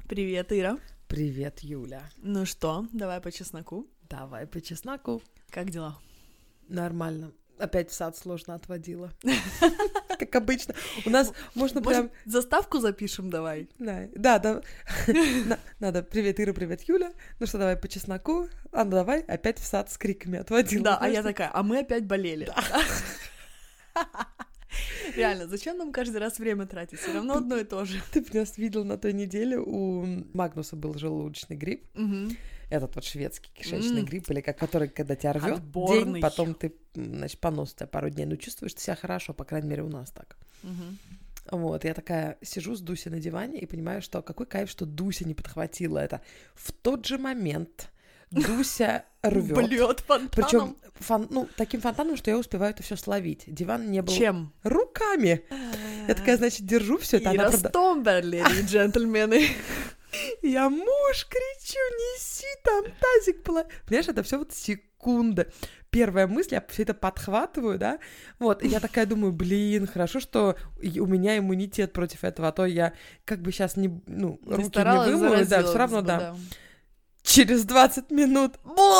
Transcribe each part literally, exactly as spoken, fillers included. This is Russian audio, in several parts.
Привет, Ира. Привет, Юля. Ну что, давай по чесноку. Давай по чесноку. Как дела? Нормально. Опять в сад сложно отводила. Как обычно. У нас можно прям... заставку запишем давай? Да, да. Надо. Привет, Ира, привет, Юля. Ну что, давай по чесноку. А ну давай опять в сад с криками отводила. Да, а я такая, а мы опять болели. Реально, зачем нам каждый раз время тратить? Все равно одно и то же. Ты меня видел на той неделе, у Магнуса был желудочный грипп. Угу. Этот вот шведский кишечный mm. грипп, или как, который, когда тебя рвет Отборный. День, потом ты, значит, понос у тебя пару дней, ну, чувствуешь себя хорошо, по крайней мере, у нас так. Угу. Вот, я такая сижу с Дусей на диване и понимаю, что какой кайф, что Дуся не подхватила это. В тот же момент Дуся рвет. Блёт фонтаном. Причем фон, ну, таким фонтаном, что я успеваю это все словить. Диван не был... Чем? Руками. Я такая, значит, держу все это. Ира Стомбер, леди и джентльмены. Я муж кричу, неси там тазик поло... Понимаешь, это все вот секунды. Первая мысль, я все это подхватываю, да, вот, и я такая думаю, блин, хорошо, что у меня иммунитет против этого, а то я как бы сейчас не, ну, не руки не вымою, да, все равно, бы, да. да. Через двадцать минут.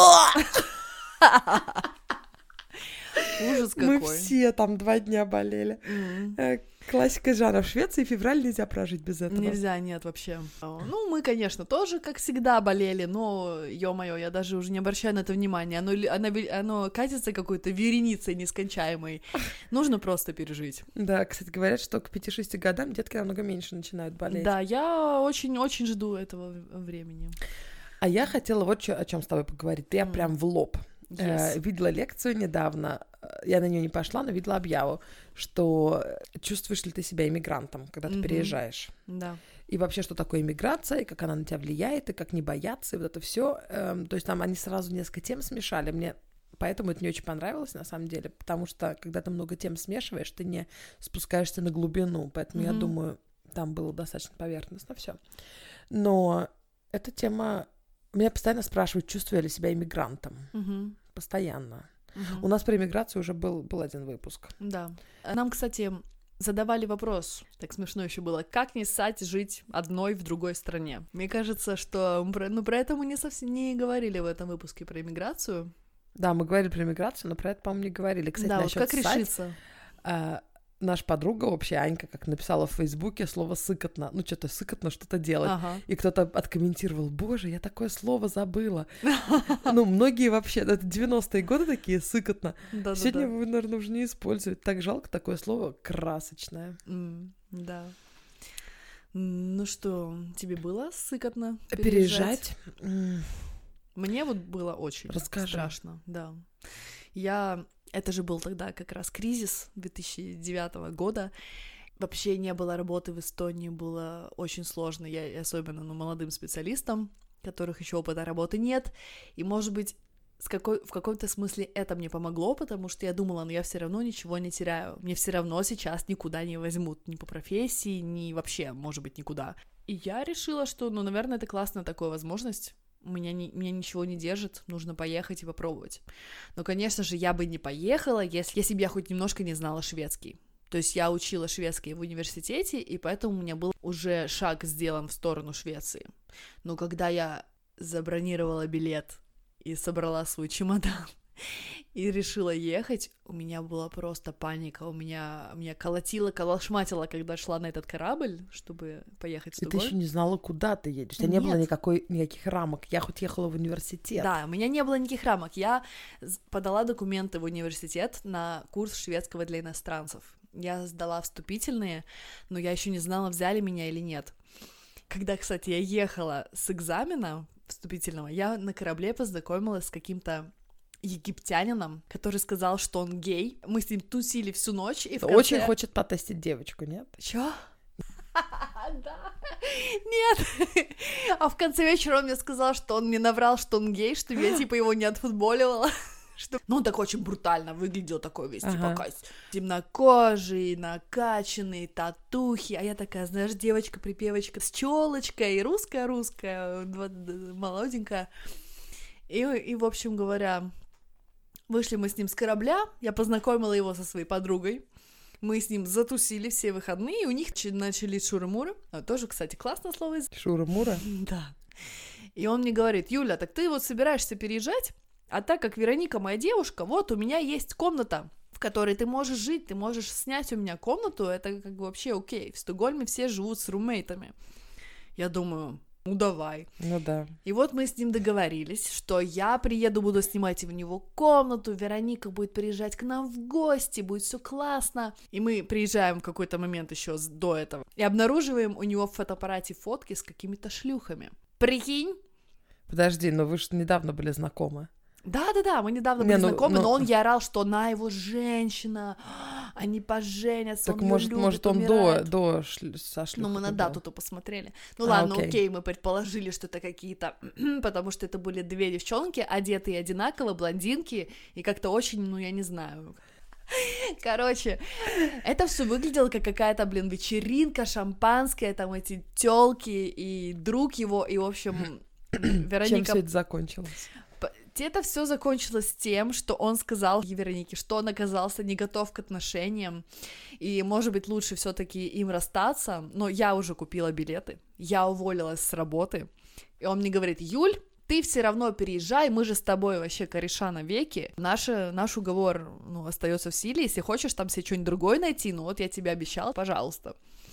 Ужас какой. Мы все там два дня болели. Mm. Классика жанра. В Швеции февраль нельзя прожить без этого. Нельзя, нет, вообще. Ну, мы, конечно, тоже, как всегда, болели, но, ё-моё, я даже уже не обращаю на это внимания. Оно, оно, оно катится какой-то вереницей нескончаемой. Нужно просто пережить. Да, кстати, говорят, что к пяти-шести годам детки намного меньше начинают болеть. Да, я очень-очень жду этого времени. А я хотела вот чё, о чем с тобой поговорить. Я mm. прям в лоб. Yes. Э, видела лекцию недавно, я на нее не пошла, но видела объяву, что чувствуешь ли ты себя иммигрантом, когда ты mm-hmm. переезжаешь. Да. И вообще, что такое иммиграция, и как она на тебя влияет, и как не бояться, и вот это все. Эм, то есть там они сразу несколько тем смешали. Мне поэтому это не очень понравилось, на самом деле, потому что, когда ты много тем смешиваешь, ты не спускаешься на глубину. Поэтому mm-hmm. я думаю, там было достаточно поверхностно все. Но эта тема... Меня постоянно спрашивают, чувствую я ли себя иммигрантом. Uh-huh. Постоянно. Uh-huh. У нас про иммиграцию уже был, был один выпуск. Да. Нам, кстати, задавали вопрос, так смешно еще было, как не ссать жить одной в другой стране? Мне кажется, что ну, про это мы не совсем не говорили в этом выпуске про иммиграцию. Да, мы говорили про иммиграцию, но про это, по-моему, не говорили. Кстати, да, насчет вот как ссать, решиться? А, наша подруга общая, Анька, как написала в Фейсбуке слово «сыкотно». Ну, что-то сыкотно что-то делать. Ага. И кто-то откомментировал, боже, я такое слово забыла. Ну, многие вообще, это девяностые годы такие, сыкотно. Сегодня вы, наверное, уже не используете. Так жалко, такое слово красочное. Да. Ну что, тебе было сыкотно переезжать? Мне вот было очень страшно, да. Я... Это же был тогда как раз кризис две тысячи девятого года. Вообще не было работы в Эстонии, было очень сложно. Я особенно ну, молодым специалистам, которых еще опыта работы нет. И, может быть, с какой, в каком-то смысле это мне помогло, потому что я думала, ну я все равно ничего не теряю. Мне все равно сейчас никуда не возьмут, ни по профессии, ни вообще, может быть, никуда. И я решила, что, ну, наверное, это классная такая возможность. Меня, не, меня ничего не держит, нужно поехать и попробовать. Но, конечно же, я бы не поехала, если, если бы я хоть немножко не знала шведский. То есть я учила шведский в университете, и поэтому у меня был уже шаг сделан в сторону Швеции. Но когда я забронировала билет и собрала свой чемодан, и решила ехать, у меня была просто паника, у меня, меня колотило, колошматило, когда шла на этот корабль, чтобы поехать в Стокгольм. И ты еще не знала, куда ты едешь, у тебя не было никакой, никаких рамок, я хоть ехала в университет. Да, у меня не было никаких рамок, я подала документы в университет на курс шведского для иностранцев, я сдала вступительные, но я еще не знала, взяли меня или нет. Когда, кстати, я ехала с экзамена вступительного, я на корабле познакомилась с каким-то египтянином, который сказал, что он гей. Мы с ним тусили всю ночь. И в конце... Очень хочет потестить девочку, нет? Чё? Да. Нет. А в конце вечера он мне сказал, что он мне наврал, что он гей, что я типа его не отфутболивала. Что... Ну, он так очень брутально выглядел, такой весь, ага. типа, темнокожий, накачанный, татухи, а я такая, знаешь, девочка-припевочка с челочкой, русская-русская, молоденькая. И, и, в общем говоря, вышли мы с ним с корабля, я познакомила его со своей подругой, Мы с ним затусили все выходные, и у них начались шуры-муры. А, тоже, кстати, классное слово. Шуры-муры? Да. И он мне говорит: Юля, так ты вот собираешься переезжать, а так как Вероника моя девушка, вот у меня есть комната, в которой ты можешь жить, ты можешь снять у меня комнату, это как бы вообще окей. В Стокгольме все живут с румейтами. Я думаю, ну давай. Ну да. И вот мы с ним договорились, что я приеду, буду снимать у него комнату, Вероника будет приезжать к нам в гости, будет все классно. И мы приезжаем в какой-то момент еще до этого и обнаруживаем у него в фотоаппарате фотки с какими-то шлюхами. Прикинь? Подожди, но вы же недавно были знакомы. Да-да-да, мы недавно Не, были ну, знакомы, ну... но он ей орал, что она его женщина, они поженятся, так он её может, любит, может он умирает. до, до шлю... со шлюхой. Ну, мы на был. дату-то посмотрели. Ну, а, ладно, окей. окей, мы предположили, что это какие-то... потому что это были две девчонки, одетые одинаково, блондинки, и как-то очень, ну, я не знаю... Короче, это все выглядело как какая-то, блин, вечеринка, шампанское, там эти тёлки и друг его, и, в общем, Вероника... Чем все это закончилось? Это все закончилось тем, что он сказал Веронике, что он оказался не готов к отношениям, и, может быть, лучше все-таки им расстаться, но я уже купила билеты, я уволилась с работы, и он мне говорит: Юль, ты все равно переезжай, мы же с тобой вообще кореша навеки, наш, наш уговор, ну, остается в силе, если хочешь там себе что-нибудь другое найти, ну вот я тебе обещала, пожалуйста.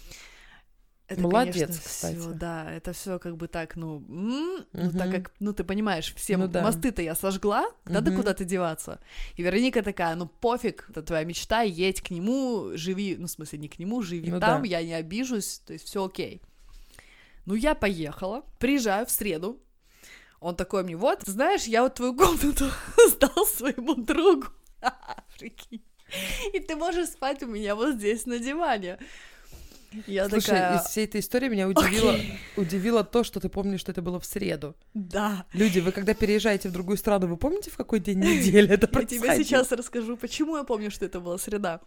Это, молодец, конечно, кстати. Всё, да, это все как бы так, ну, м- угу. ну, так как, ну, ты понимаешь, все ну, да. мосты-то я сожгла, надо угу. куда-то деваться. И Вероника такая: ну, пофиг, это твоя мечта, едь к нему, живи, ну, в смысле, не к нему, живи ну, там, да. я не обижусь, то есть все окей. Ну, я поехала, приезжаю в среду, он такой мне: вот, знаешь, я вот твою комнату сдал своему другу, прикинь, и ты можешь спать у меня вот здесь на диване. Я Слушай, такая... из всей этой истории меня удивило, okay. удивило то, что ты помнишь, что это было в среду. Да. Люди, вы когда переезжаете в другую страну, вы помните, в какой день недели это происходило? Я тебе сейчас расскажу, почему я помню, что это была среда.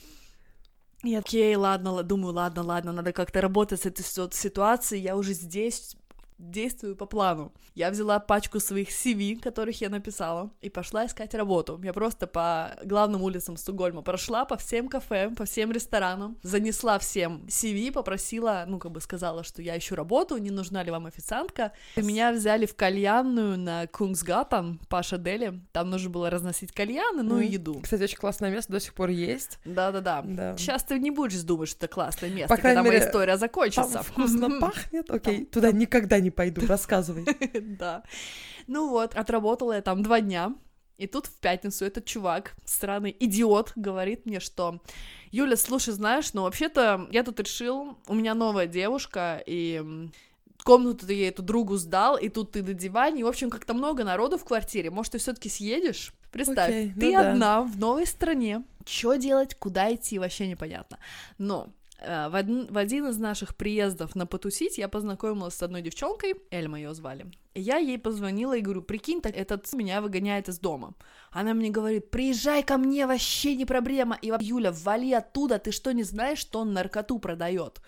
Я окей, ладно, думаю, ладно, ладно, надо как-то работать с этой ситуацией, я уже здесь... действую по плану. Я взяла пачку своих си ви, которых я написала, и пошла искать работу. Я просто по главным улицам Стокгольма прошла, по всем кафе, по всем ресторанам, занесла всем си ви, попросила, ну, как бы сказала, что я ищу работу, не нужна ли вам официантка. И меня взяли в кальянную на Кунгсгатан, Паша Дели. Там нужно было разносить кальяны, ну, mm. и еду. Кстати, очень классное место, до сих пор есть. Да-да-да. Да. Сейчас ты не будешь думать, что это классное место, по когда мере, моя история закончится. Там вкусно пахнет, окей, там, туда там... никогда не пойду, рассказывай. Да. Ну вот, отработала я там два дня, и тут в пятницу этот чувак, странный идиот, говорит мне, что: Юля, слушай, знаешь, ну вообще-то я тут решил, у меня новая девушка, и комнату ты ей эту другу сдал, и тут ты на диване, и, в общем, как-то много народу в квартире, может, ты все-таки съедешь? Представь, okay, ты ну одна да. в новой стране, что делать, куда идти, вообще непонятно. Но В один, в один из наших приездов на потусить я познакомилась с одной девчонкой, Эльма ее звали, и я ей позвонила и говорю: прикинь, так этот меня выгоняет из дома. Она мне говорит: приезжай ко мне, вообще не проблема, и Юля, вали оттуда, ты что, не знаешь, что он наркоту продает?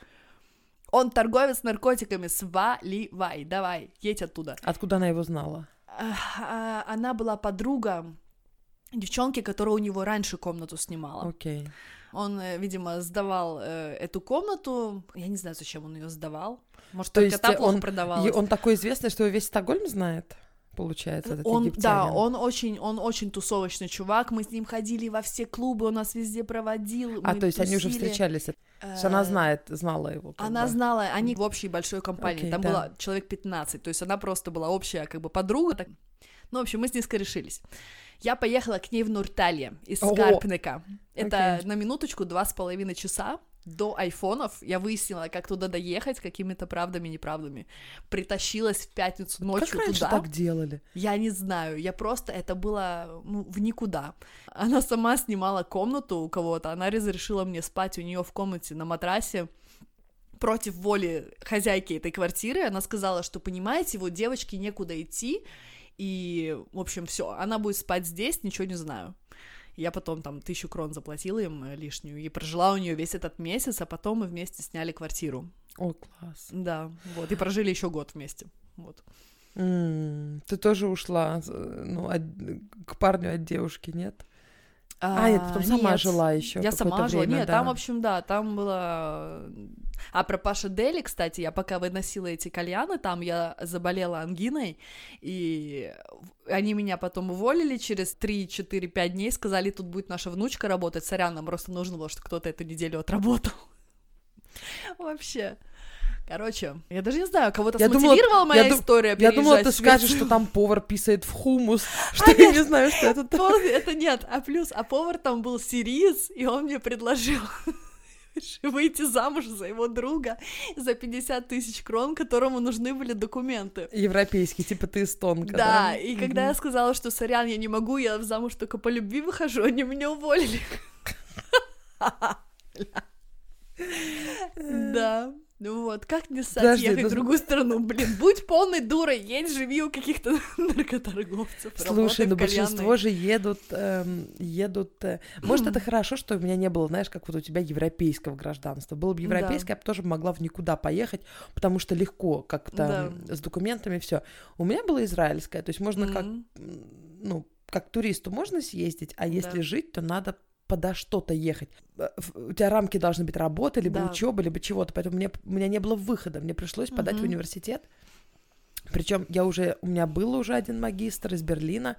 Он торговец наркотиками, сваливай, давай, едь оттуда. Откуда она его знала? Она была подруга девчонки, которая у него раньше комнату снимала. Окей. Okay. Он, видимо, сдавал э, эту комнату. Я не знаю, зачем он ее сдавал. Может, То только есть та плохо он, продавалась. Он такой известный, что весь Стокгольм знает, получается, этот он, египтянин. Да, он очень, он очень тусовочный чувак. Мы с ним ходили во все клубы, он нас везде проводил. А, то есть тусили. Они уже встречались? То есть она знает, знала его? Она бы. знала, они в общей большой компании. Okay, Там да. было человек пятнадцать. То есть она просто была общая как бы подруга. Так... Ну, в общем, мы с ней скорешились. Я поехала к ней в Нурталье из Скарпнека. Это okay. на минуточку два с половиной часа до айфонов. Я выяснила, как туда доехать, какими-то правдами-неправдами. Притащилась в пятницу ночью как раньше туда. Так делали? Я не знаю, я просто... Это было ну, в никуда. Она сама снимала комнату у кого-то, она разрешила мне спать у нее в комнате на матрасе. Против воли хозяйки этой квартиры. Она сказала, что, понимаете, вот девочке некуда идти, и, в общем, все, она будет спать здесь, ничего не знаю. Я потом там тысячу крон заплатила им лишнюю и прожила у нее весь этот месяц, а потом мы вместе сняли квартиру. О, класс. Да, вот, и прожили еще год вместе, вот. Mm, ты тоже ушла, ну, от, к парню от девушки, нет? А, а нет, потом сама нет, жила еще. Я сама время, жила. Нет, да. там, в общем, да, там было... А про Паша Дели, кстати, я пока выносила эти кальяны, там я заболела ангиной, и они меня потом уволили через три-четыре-пять дней, сказали, тут будет наша внучка работать, сорян, нам просто нужно было, чтобы кто-то эту неделю отработал. Вообще... Короче, я даже не знаю, кого-то я смотивировала думала, моя я история Я думала, ты скажешь, что там повар писает в хумус, что я не знаю, что это такое. Это нет, а плюс, а повар там был сириец, и он мне предложил выйти замуж за его друга за пятьдесят тысяч крон, которому нужны были документы. Европейские, типа ты эстонка, да? Да, и mm-hmm. когда я сказала, что, сорян, я не могу, я замуж только по любви выхожу, они меня уволили. Да. Ну вот, как не ссать, Подожди, ехать ну... в другую страну? Блин, будь полной дурой, едь, живи у каких-то наркоторговцев. Слушай, ну большинство же едут, эм, едут... Э... Может, это хорошо, что у меня не было, знаешь, как вот у тебя европейского гражданства. Было бы европейское, да. Я бы тоже могла в никуда поехать, потому что легко как-то да. с документами все. У меня было израильское, то есть можно mm-hmm. как, ну, как туристу можно съездить, а если да. жить, то надо подо что-то ехать. У тебя рамки должны быть работы, либо да. учебы, либо чего-то. Поэтому мне, у меня не было выхода. Мне пришлось подать mm-hmm. в университет. Причем я уже, у меня был уже один магистр из Берлина.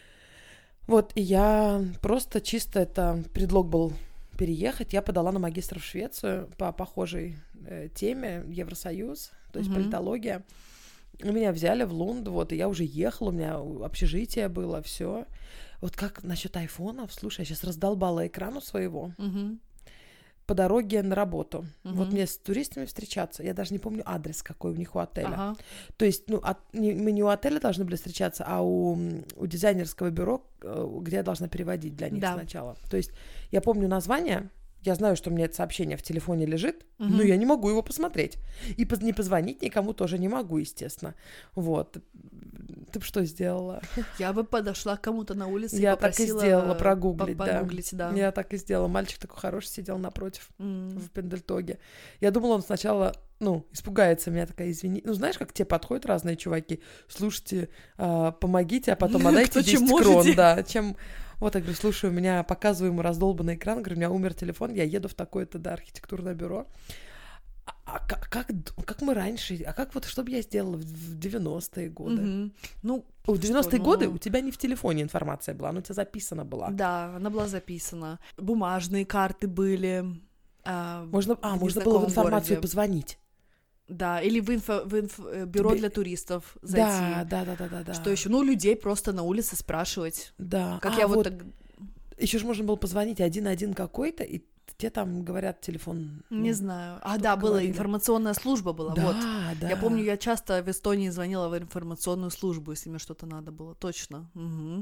Вот, и я просто чисто, это предлог был переехать. Я подала на магистра в Швецию по похожей э, теме, Евросоюз, то есть mm-hmm. политология. Меня взяли в Лунд, вот, и я уже ехала, у меня общежитие было, все. Вот как насчет айфонов, слушай, я сейчас раздолбала экрану своего uh-huh. по дороге на работу. Uh-huh. Вот мне с туристами встречаться, я даже не помню адрес, какой у них у отеля. Uh-huh. То есть, ну, от, не, мы не у отеля должны были встречаться, а у, у дизайнерского бюро, где я должна переводить для них да. сначала. То есть я помню название, я знаю, что у меня это сообщение в телефоне лежит, uh-huh. но я не могу его посмотреть. И поз- не позвонить никому тоже не могу, естественно. Вот. Ты бы что сделала? Я бы подошла к кому-то на улице я и попросила... Я так и сделала, прогуглить, погуглить, да. да. Я так и сделала. Мальчик такой хороший сидел напротив mm. в Пендельтоге. Я думала, он сначала, ну, испугается меня, такая, извини. Ну, знаешь, как к тебе подходят разные чуваки? Слушайте, э, помогите, а потом отдайте десять крон. Да, чем... Вот, я говорю, слушай, у меня показываю ему раздолбанный экран, говорю, у меня умер телефон, я еду в такое-то, да, архитектурное бюро. А, а как, как, как мы раньше, а как вот, что бы я сделала в девяностые годы? Mm-hmm. Ну, в девяностые что, годы ну... у тебя не в телефоне информация была, она у тебя записана была. Да, она была записана. Бумажные карты были. А, можно, а, можно было в информацию городе. Позвонить. Да, или в, инфо, в инфо, бюро Тебе... для туристов зайти. Да, да, да, да, да, да. Что еще? Ну, людей просто на улице спрашивать. Да. Как а, я вот, вот так... Еще же можно было позвонить один-один какой-то, и тебе там говорят телефон. Не ну, знаю. А, да, была информационная служба была. Да, вот. да. Я помню, я часто в Эстонии звонила в информационную службу, если мне что-то надо было. Точно. Угу.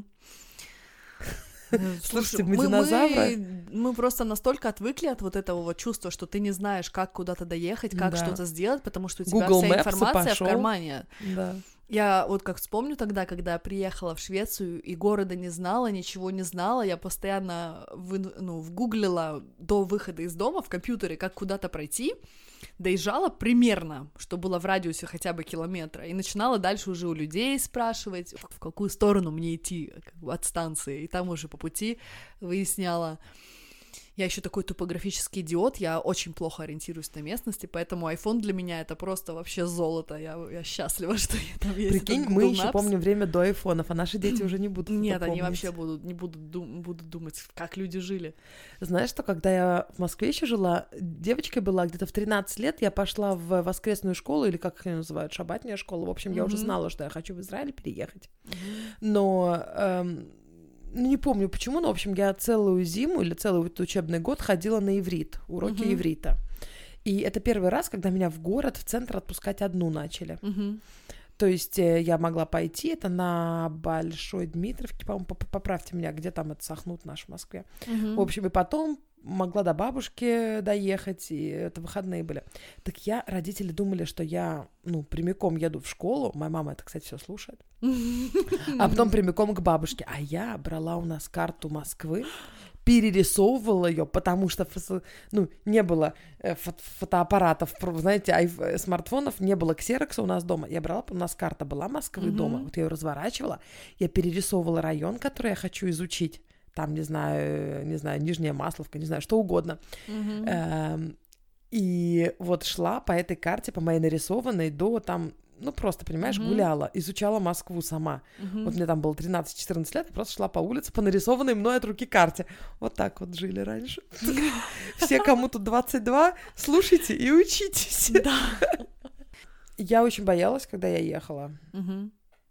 Слушайте, мы, мы динозавры. Мы, мы просто настолько отвыкли от вот этого вот чувства, что ты не знаешь, как куда-то доехать, как да. что-то сделать, потому что у тебя Google вся Maps информация пошел. В кармане. Да. Я вот как вспомню тогда, когда я приехала в Швецию и города не знала, ничего не знала, я постоянно вы, ну, вгуглила до выхода из дома в компьютере, как куда-то пройти, доезжала примерно, что было в радиусе хотя бы километра, и начинала дальше уже у людей спрашивать, в какую сторону мне идти как бы, от станции, и там уже по пути выясняла. Я еще такой топографический идиот, я очень плохо ориентируюсь на местности, поэтому iPhone для меня это просто вообще золото. Я, я счастлива, что я там есть. Прикинь, мы Maps. Еще помним время до айфонов, а наши дети уже не будут. Нет, они помнить. Вообще будут, не будут, дум, будут думать, как люди жили. Знаешь, что когда я в Москве еще жила, девочкой была, где-то в тринадцать лет я пошла в воскресную школу, или как их называют, шаббатная школа. В общем, mm-hmm. я уже знала, что я хочу в Израиль переехать. Mm-hmm. Но... Эм, Ну, не помню почему, но, в общем, я целую зиму или целый учебный год ходила на иврит, уроки uh-huh. иврита. И это первый раз, когда меня в город, в центр отпускать одну начали. Uh-huh. То есть я могла пойти, это на Большой Дмитровке, по-моему, поправьте меня, где там это Сахнут наш в Москве. Uh-huh. В общем, и потом могла до бабушки доехать, и это выходные были. Так я, родители думали, что я, ну, прямиком еду в школу, моя мама это, кстати, все слушает, а потом прямиком к бабушке. А я брала у нас карту Москвы, перерисовывала ее, потому что, ну, не было фото- фотоаппаратов, знаете, айф- смартфонов, не было ксерокса у нас дома. Я брала, у нас карта была Москвы mm-hmm. дома, вот я ее разворачивала, я перерисовывала район, который я хочу изучить. там, не знаю, не знаю, Нижняя Масловка, не знаю, что угодно. Мгм. Эм, И вот шла по этой карте, по моей нарисованной, до там, ну просто, понимаешь, Мгм. гуляла, изучала Москву сама. Мгм. Вот мне там было тринадцать-четырнадцать лет, я просто шла по улице по нарисованной мной от руки карте. Вот так вот жили раньше. Все, кому тут двадцать два, слушайте и учитесь. Да. Я очень боялась, когда я ехала, Мгм.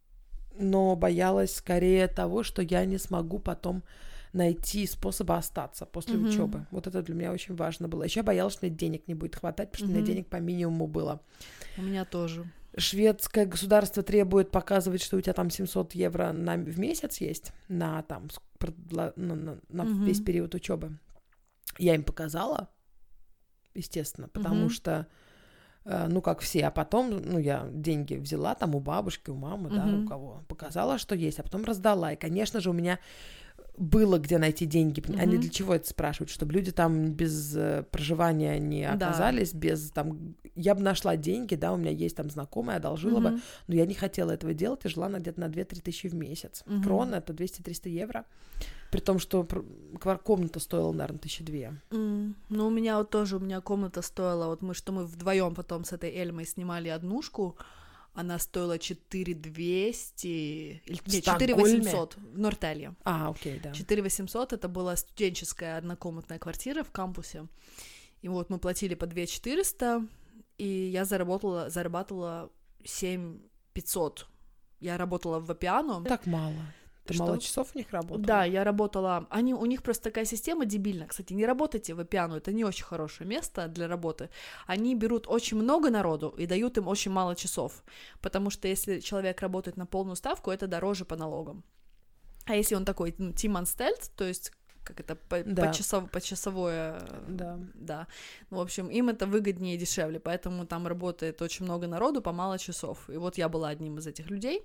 но боялась скорее того, что я не смогу потом найти способы остаться после Мгм. учебы. Вот это для меня очень важно было. Еще боялась, что мне денег не будет хватать, потому что у меня Мгм. денег по минимуму было. У меня тоже. Шведское государство требует показывать, что у тебя там семьсот евро на, в месяц есть на, там, ск- продла- на, на- на Мгм. весь период учебы. Я им показала, естественно, потому Мгм. что, э, ну, как все, а потом, ну, я деньги взяла там у бабушки, у мамы, да, Мгм. у кого, показала, что есть, а потом раздала. И, конечно же, у меня было где найти деньги. Они Мгм. для чего это спрашивают? Чтобы люди там без э, проживания не Да. оказались, без там... Я бы нашла деньги, да, у меня есть там знакомая, одолжила бы, Мгм. но я не хотела этого делать и жила на где-то на две-три тысячи в месяц. Мгм. Крон — это двести-триста евро. При том, что пр- квар- комната стоила, наверное, тысячи две. М, Ну, у меня вот тоже, у меня комната стоила, вот мы, что мы вдвоем потом с этой Эльмой снимали однушку, она стоила четыре двести, или В нет, четыре Стокгольме? восемьсот в Нортелье. А, окей, да. четыре восемьсот это была студенческая однокомнатная квартира в кампусе. И вот мы платили по две четыреста, и я заработала, зарабатывала семь пятьсот. Я работала в Вапиано. Так мало. Ты Что? мало часов у них работала? Да, я работала... Они, у них просто такая система дебильная. Кстати, не работайте в Вапиано, это не очень хорошее место для работы. Они берут очень много народу и дают им очень мало часов, потому что если человек работает на полную ставку, это дороже по налогам. А если он такой, ну, Team Anstellt, то есть как это, по, Да. почасов, почасовое... Да. Да. Ну, в общем, им это выгоднее и дешевле, поэтому там работает очень много народу по мало часов. И вот я была одним из этих людей.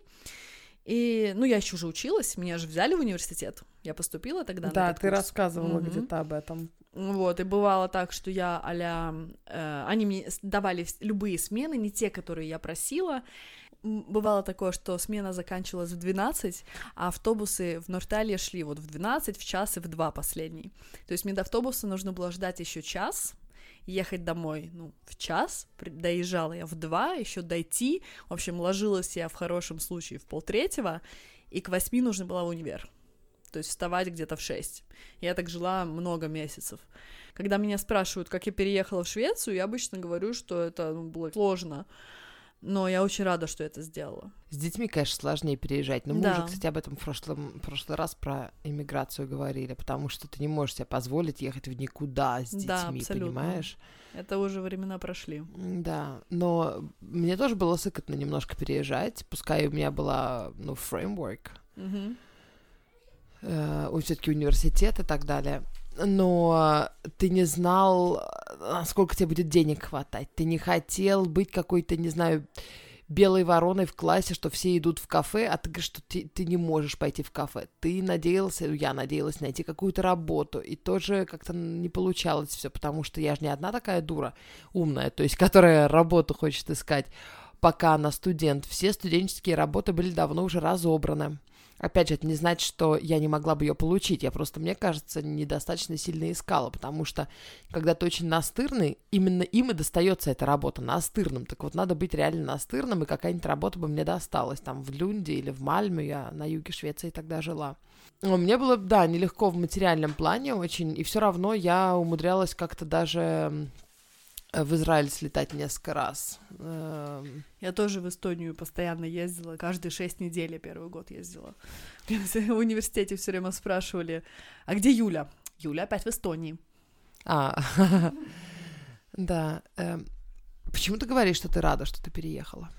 И, ну, я еще уже училась, меня же взяли в университет. Я поступила тогда Да, на этот ты курс. рассказывала Мгм. где-то об этом. Вот, и бывало так, что я а-ля... э, они мне с- давали вс- любые смены, не те, которые я просила. М, Бывало такое, что смена заканчивалась в двенадцать, а автобусы в Норталье шли вот в двенадцать, в час и в два последний. То есть мне до автобуса нужно было ждать еще час, ехать домой, ну, в час, при- доезжала я в два, еще дойти, в общем, ложилась я в хорошем случае в полтретьего, и к восьми нужно было в универ, то есть вставать где-то в шесть. Я так жила много месяцев. Когда меня спрашивают, как я переехала в Швецию, я обычно говорю, что это, ну, было сложно, но я очень рада, что я это сделала. С детьми, конечно, сложнее переезжать. Но мы Да. уже, кстати, об этом в прошлом, в прошлый раз про иммиграцию говорили, потому что ты не можешь себе позволить ехать в никуда с детьми, Да, абсолютно. понимаешь? Это уже времена прошли. М, Да, но мне тоже было сыкотно немножко переезжать, пускай у меня была, ну, фреймворк, Мгм. э, все-таки университет и так далее. Но ты не знал, насколько тебе будет денег хватать. Ты не хотел быть какой-то, не знаю, белой вороной в классе, что все идут в кафе, а ты говоришь, что ты, ты не можешь пойти в кафе. Ты надеялся, я надеялась найти какую-то работу, и тоже как-то не получалось все, потому что я же не одна такая дура умная, то есть которая работу хочет искать, пока она студент. Все студенческие работы были давно уже разобраны. Опять же, это не значит, что я не могла бы ее получить. Я просто, мне кажется, недостаточно сильно искала, потому что, когда ты очень настырный, именно им и достается эта работа, настырным. Так вот, надо быть реально настырным, и какая-нибудь работа бы мне досталась. Там в Люнде или в Мальме, я на юге Швеции тогда жила. Но мне было, да, нелегко в материальном плане очень, и все равно я умудрялась как-то даже в Израиль слетать несколько раз. Эм, Я тоже в Эстонию постоянно ездила. Каждые шесть недель я первый год ездила. В университете все время спрашивали, а где Юля? Юля опять в Эстонии. А, да. эм, Почему ты говоришь, что ты рада, что ты переехала?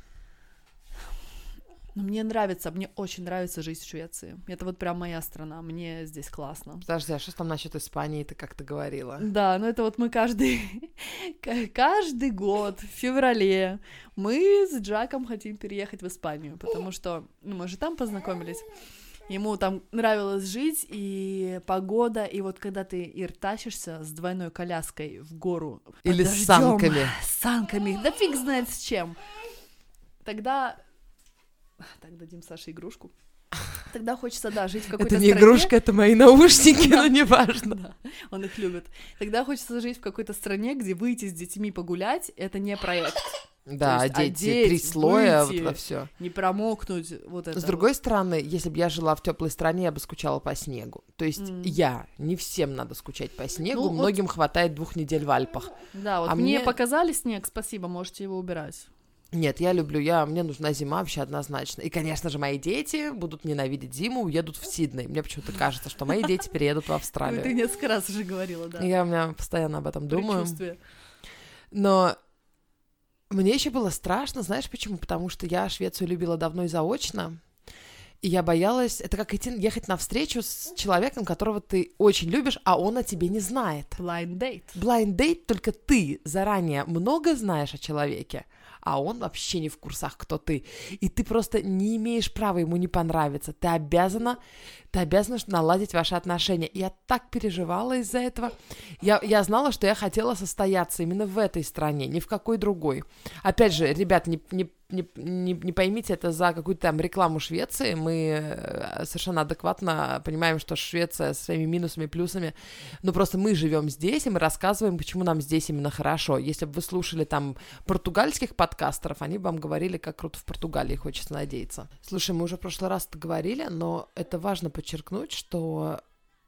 Но мне нравится, мне очень нравится жизнь в Швеции. Это вот прям моя страна, мне здесь классно. Подожди, а что там насчет Испании, ты как-то говорила? Да, ну это вот мы каждый, каждый год в феврале мы с Джаком хотим переехать в Испанию, потому что, ну, мы же там познакомились. Ему там нравилось жить, и погода, и вот когда ты, Ир, тащишься с двойной коляской в гору под Или с дождём, санками. с санками, да фиг знает с чем, тогда... Так, дадим Саше игрушку. Тогда хочется, да, жить в какой-то стране. Это не игрушка, это мои наушники, но неважно. Да, он их любит. Тогда хочется жить в какой-то стране, где выйти с детьми погулять — это не проект. Да, одеть три слоя, вот это все. Не промокнуть, вот это. С другой стороны, если бы я жила в теплой стране, я бы скучала по снегу. То есть mm. я, не всем надо скучать по снегу, ну, многим вот... хватает двух недель в Альпах. Да, вот а мне, мне показали снег, спасибо, можете его убирать. Нет, я люблю, я, мне нужна зима вообще однозначно. И, конечно же, мои дети будут ненавидеть зиму, уедут в Сидней. Мне почему-то кажется, что мои дети переедут в Австралию. Ты несколько раз уже говорила, да. Я у меня постоянно об этом думаю. Но мне еще было страшно, знаешь почему? Потому что я Швецию любила давно и заочно. И я боялась, это как идти, ехать навстречу с человеком, которого ты очень любишь, а он о тебе не знает. Blind date. Blind date, только ты заранее много знаешь о человеке, а он вообще не в курсах, кто ты. И ты просто не имеешь права ему не понравиться. Ты обязана, ты обязана наладить ваши отношения. И я так переживала из-за этого. Я, я знала, что я хотела состояться именно в этой стране, ни в какой другой. Опять же, ребят, не, не, не, не, не поймите это за какую-то там рекламу Швеции. Мы совершенно адекватно понимаем, что Швеция со своими минусами и плюсами. Но просто мы живем здесь, и мы рассказываем, почему нам здесь именно хорошо. Если бы вы слушали там португальских подкастеров, они бы вам говорили, как круто в Португалии, хочется надеяться. Слушай, мы уже в прошлый раз это говорили, но это важно подчеркнуть, что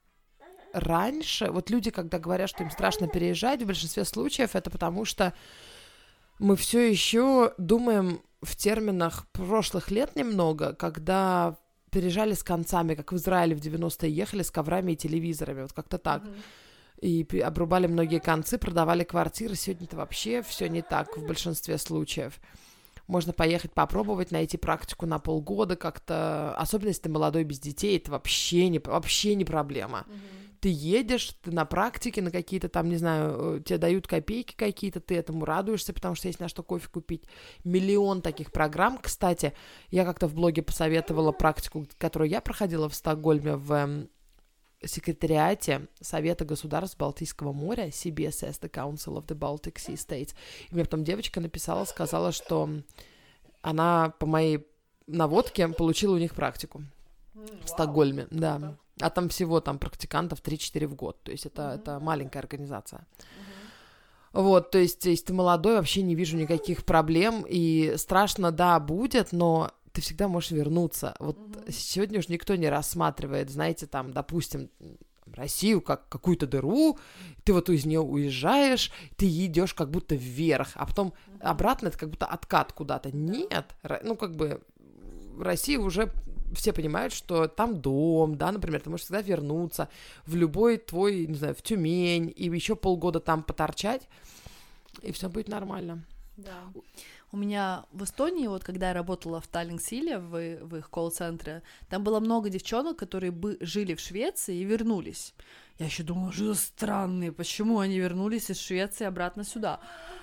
раньше, вот люди, когда говорят, что им страшно переезжать, в большинстве случаев это потому, что мы все еще думаем в терминах прошлых лет немного, когда переезжали с концами, как в Израиле в девяностые ехали с коврами и телевизорами, вот как-то так. Mm-hmm. И обрубали многие концы, продавали квартиры. Сегодня-то вообще все не так в большинстве случаев. Можно поехать попробовать, найти практику на полгода как-то. Особенно, если ты молодой, без детей, это вообще не, вообще не проблема. Mm-hmm. Ты едешь, ты на практике, на какие-то там, не знаю, тебе дают копейки какие-то, ты этому радуешься, потому что есть на что кофе купить. Миллион таких программ. Кстати, я как-то в блоге посоветовала практику, которую я проходила в Стокгольме в секретариате Совета государств Балтийского моря, си би эс эс, the Council of the Baltic Sea States. И мне потом девочка написала, сказала, что она по моей наводке получила у них практику mm, в Стокгольме, wow. да. А там всего там практикантов три-четыре в год, то есть это, mm-hmm. это маленькая организация. Mm-hmm. Вот, то есть если ты молодой, вообще не вижу никаких проблем, и страшно, да, будет, но ты всегда можешь вернуться. Вот mm-hmm. сегодня уже никто не рассматривает, знаете, там, допустим, Россию как какую-то дыру, ты вот из нее уезжаешь, ты идешь как будто вверх, а потом mm-hmm. обратно это как будто откат куда-то. Нет, ну как бы в России уже все понимают, что там дом, да, например, ты можешь всегда вернуться в любой твой, не знаю, в Тюмень, и еще полгода там поторчать, и все будет нормально. Да. У меня в Эстонии, вот когда я работала в Таллинг-Силе, в, в их колл-центре, там было много девчонок, которые бы жили в Швеции и вернулись. Я еще думала, что странные, почему они вернулись из Швеции обратно сюда.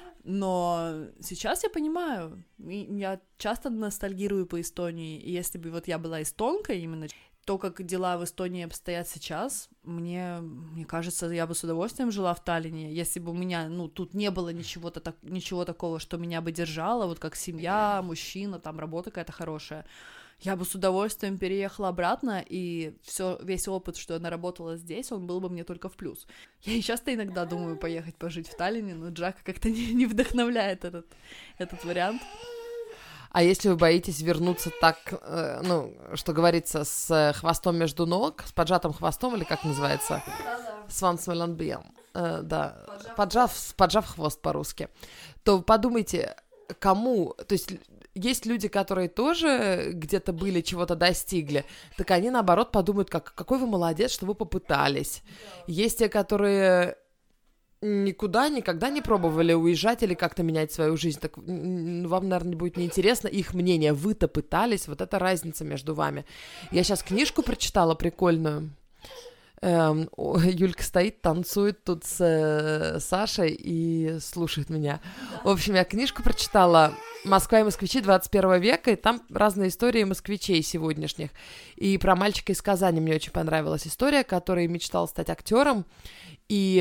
Но сейчас я понимаю, я часто ностальгирую по Эстонии, и если бы вот я была эстонкой именно, то, как дела в Эстонии обстоят сейчас, мне, мне кажется, я бы с удовольствием жила в Таллине, если бы у меня, ну, тут не было ничего, так, ничего такого, что меня бы держало, вот как семья, мужчина, там работа какая-то хорошая. Я бы с удовольствием переехала обратно, и все, весь опыт, что я наработала здесь, он был бы мне только в плюс. Я и часто иногда думаю поехать пожить в Таллине, но Джака как-то не, не вдохновляет этот, этот вариант. А если вы боитесь вернуться так, э, ну, что говорится, с хвостом между ног, с поджатым хвостом, или как называется? Да-да. Сванс mellan ben. Э, да, поджав, поджав, поджав хвост по-русски. То подумайте, кому... То есть есть люди, которые тоже где-то были, чего-то достигли, так они, наоборот, подумают, как, какой вы молодец, что вы попытались. Да. Есть те, которые... никуда, никогда не пробовали уезжать или как-то менять свою жизнь, так вам, наверное, будет неинтересно их мнение. Вы-то пытались, вот это разница между вами. Я сейчас книжку прочитала прикольную. Эм, Юлька стоит, танцует тут с э, Сашей и слушает меня. В общем, я книжку прочитала «Москва и москвичи двадцать первого века», и там разные истории москвичей сегодняшних. И про мальчика из Казани мне очень понравилась история, который мечтал стать актером, и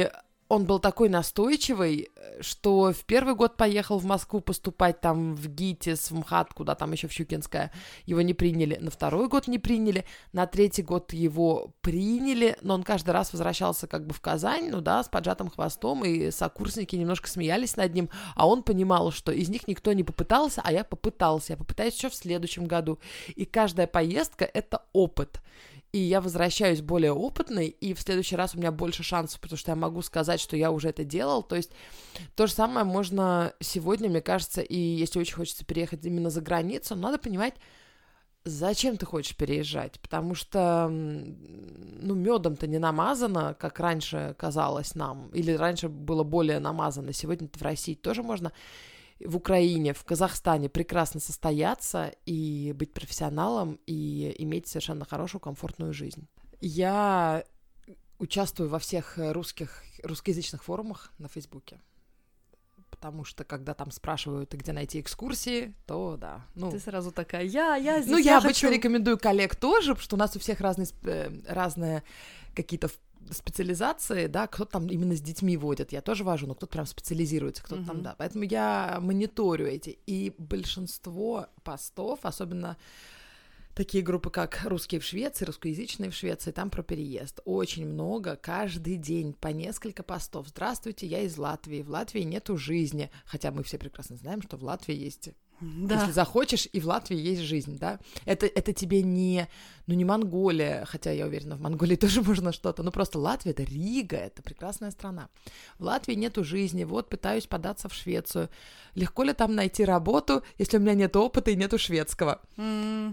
он был такой настойчивый, что в первый год поехал в Москву поступать там в ГИТИС, в МХАТ, куда там еще в Щукинское, его не приняли, на второй год не приняли, на третий год его приняли, но он каждый раз возвращался как бы в Казань, ну да, с поджатым хвостом, и сокурсники немножко смеялись над ним, а он понимал, что из них никто не попытался, а я попытался, я попытаюсь еще в следующем году, и каждая поездка — это опыт. И я возвращаюсь более опытной, и в следующий раз у меня больше шансов, потому что я могу сказать, что я уже это делал. То есть то же самое можно сегодня, мне кажется, и если очень хочется переехать именно за границу, надо понимать, зачем ты хочешь переезжать, потому что, ну, медом-то не намазано, как раньше казалось нам, или раньше было более намазано, сегодня-то в России тоже можно... в Украине, в Казахстане прекрасно состояться и быть профессионалом и иметь совершенно хорошую, комфортную жизнь. Я участвую во всех русских, русскоязычных форумах на Фейсбуке, потому что, когда там спрашивают, где найти экскурсии, то да. Ну, ты сразу такая, я, я здесь, Ну, я, я обычно хочу... рекомендую коллег тоже, потому что у нас у всех разные, разные какие-то специализации, да, кто-то там именно с детьми водит, я тоже вожу, но кто-то прям специализируется, кто-то uh-huh. там, да, поэтому я мониторю эти, и большинство постов, особенно такие группы, как «Русские в Швеции», «Русскоязычные в Швеции», там про переезд, очень много, каждый день по несколько постов. Здравствуйте, я из Латвии, в Латвии нету жизни, хотя мы все прекрасно знаем, что в Латвии есть... Да. Если захочешь, и в Латвии есть жизнь, да. Это, это тебе не, ну, не Монголия, хотя я уверена, в Монголии тоже можно что-то, но просто Латвия — это Рига, это прекрасная страна. В Латвии нету жизни, вот пытаюсь податься в Швецию. Легко ли там найти работу, если у меня нет опыта и нету шведского? Mm.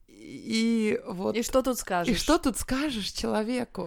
И вот... И что тут скажешь? И что тут скажешь человеку?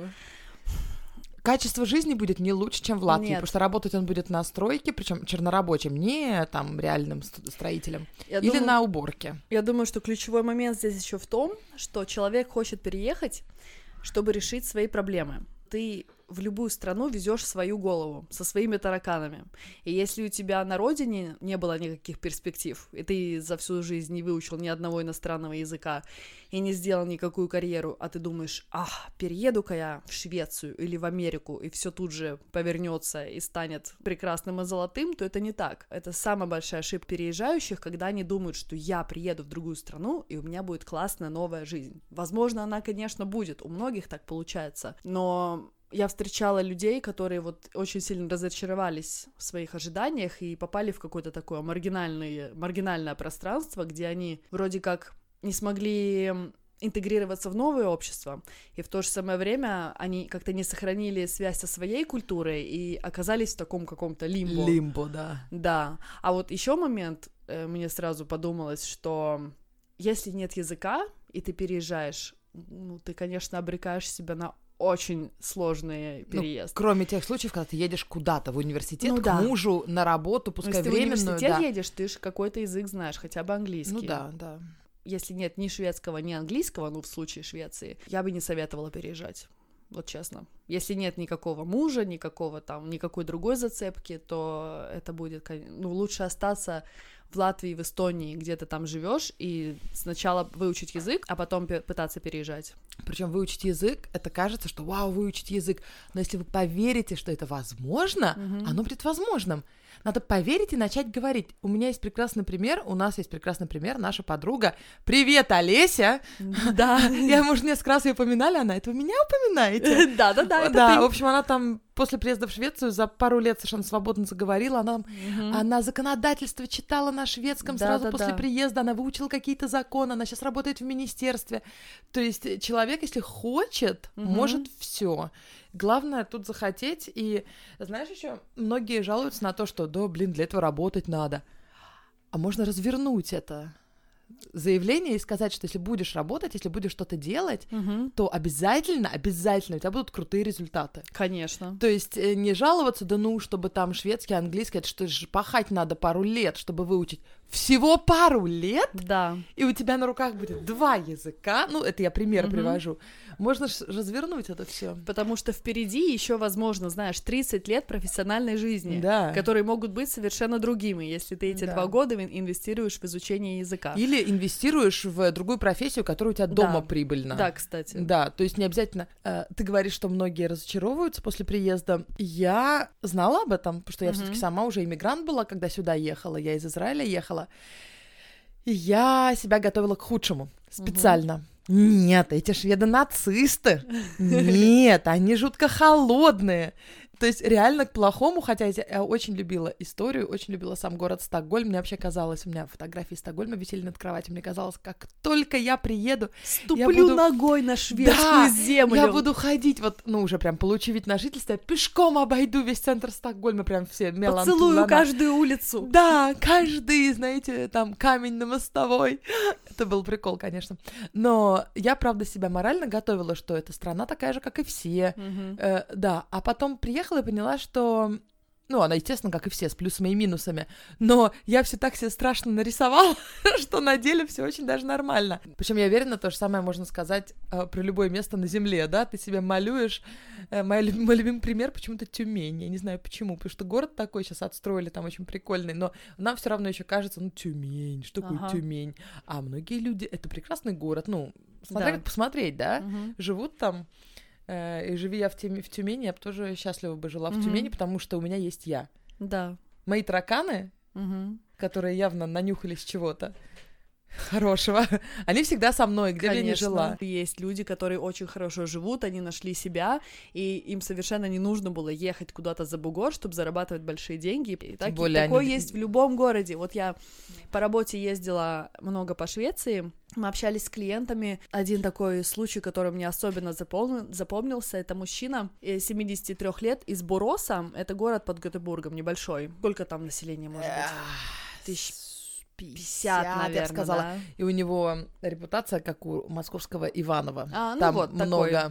Качество жизни будет не лучше, чем в Латвии, Нет. потому что работать он будет на стройке, причем чернорабочим, не там реальным строителем, я или думаю, на уборке. Я думаю, что ключевой момент здесь еще в том, что человек хочет переехать, чтобы решить свои проблемы. Ты в любую страну везешь свою голову со своими тараканами. И если у тебя на родине не было никаких перспектив, и ты за всю жизнь не выучил ни одного иностранного языка и не сделал никакую карьеру, а ты думаешь, ах, перееду-ка я в Швецию или в Америку, и все тут же повернется и станет прекрасным и золотым, то это не так. Это самая большая ошибка переезжающих, когда они думают, что я приеду в другую страну, и у меня будет классная новая жизнь. Возможно, она, конечно, будет, у многих так получается, но... Я встречала людей, которые вот очень сильно разочаровались в своих ожиданиях и попали в какое-то такое маргинальное, маргинальное пространство, где они вроде как не смогли интегрироваться в новое общество, и в то же самое время они как-то не сохранили связь со своей культурой и оказались в таком каком-то лимбо. Лимбо, да. Да. А вот еще момент, э, мне сразу подумалось, что если нет языка, и ты переезжаешь, ну, ты, конечно, обрекаешь себя на очень сложный переезд. Ну, кроме тех случаев, когда ты едешь куда-то, в университет, ну, к да. мужу, на работу, пускай ну, если временную. Если ты в университет да. едешь, ты же какой-то язык знаешь, хотя бы английский. Ну да, да. Если нет ни шведского, ни английского, ну, в случае Швеции, я бы не советовала переезжать. Вот честно. Если нет никакого мужа, никакого там, никакой другой зацепки, то это будет, ну, лучше остаться в Латвии, в Эстонии, где ты там живешь, и сначала выучить язык, а потом пытаться переезжать. Причем выучить язык, это кажется, что вау, выучить язык, но если вы поверите, что это возможно, mm-hmm. оно будет возможным. Надо поверить и начать говорить. У меня есть прекрасный пример, у нас есть прекрасный пример, наша подруга. Привет, Олеся! Да. Я, может, несколько раз ее упоминали, она, это вы меня упоминаете? Да-да-да, это Да, ты. в общем, она там после приезда в Швецию за пару лет совершенно свободно заговорила, она, mm-hmm. она законодательство читала на шведском да, сразу да, после да. приезда, она выучила какие-то законы, она сейчас работает в министерстве. То есть человек, если хочет, mm-hmm. может все. Главное тут захотеть, и, знаешь, еще многие жалуются на то, что, да, блин, для этого работать надо. А можно развернуть это заявление и сказать, что если будешь работать, если будешь что-то делать, угу. то обязательно, обязательно у тебя будут крутые результаты. Конечно. То есть не жаловаться, да ну, чтобы там шведский, английский, это что же пахать надо пару лет, чтобы выучить. всего пару лет, да. и у тебя на руках будет два языка, ну, это я пример угу. привожу, можно ж развернуть это все. Потому что впереди еще, возможно, знаешь, тридцать лет профессиональной жизни, да. которые могут быть совершенно другими, если ты эти да. два года инвестируешь в изучение языка. Или инвестируешь в другую профессию, которая у тебя дома да. прибыльна. Да, кстати. Да, то есть не обязательно... Э, ты говоришь, что многие разочаровываются после приезда. Я знала об этом, потому что я угу. все-таки сама уже иммигрант была, когда сюда ехала, я из Израиля ехала. И я себя готовила к худшему специально. Угу. Нет, эти шведы нацисты. Нет, они жутко холодные. То есть реально к плохому, хотя я очень любила историю, очень любила сам город Стокгольм. Мне вообще казалось, у меня фотографии Стокгольма висели над кроватью, мне казалось, как только я приеду... Ступлю я буду... ногой на шведскую да, землю. Я буду ходить, вот, ну, уже прям получив вид на жительство, пешком обойду весь центр Стокгольма, прям все мелантулана. Поцелую каждую улицу. Да, каждый, знаете, там, камень на мостовой. Это был прикол, конечно. Но я, правда, себя морально готовила, что эта страна такая же, как и все. Угу. Э, да, а потом приехала и поняла, что... Ну, она, естественно, как и все, с плюсами и минусами. Но я все так себе страшно нарисовала, что на деле все очень даже нормально. Причем я уверена, то же самое можно сказать э, про любое место на земле, да? Ты себя малюешь. Э, мой, мой любимый пример почему-то Тюмень. Я не знаю почему, потому что город такой сейчас отстроили, там очень прикольный, но нам все равно еще кажется, ну, Тюмень, что такое ага. Тюмень? А многие люди... Это прекрасный город, ну, смотря да. как посмотреть, да? Угу. Живут там... И живи я в, Тюмени, в Тюмени, я бы тоже счастлива бы жила mm-hmm. в Тюмени, потому что у меня есть я. Да. Мои тараканы, mm-hmm. которые явно нанюхались чего-то хорошего, они всегда со мной, где бы я ни жила. Есть люди, которые очень хорошо живут, они нашли себя, и им совершенно не нужно было ехать куда-то за бугор, чтобы зарабатывать большие деньги. И так, более такое они... есть в любом городе. Вот я по работе ездила много по Швеции, мы общались с клиентами. Один такой случай, который мне особенно запомни... запомнился, это мужчина семидесяти трёх лет из Бороса, это город под Гетеборгом, небольшой. Сколько там населения может быть? Тысяч пятьдесят, наверное, я бы сказала. Да? И у него репутация, как у московского Иванова. А, ну там вот, много, такой.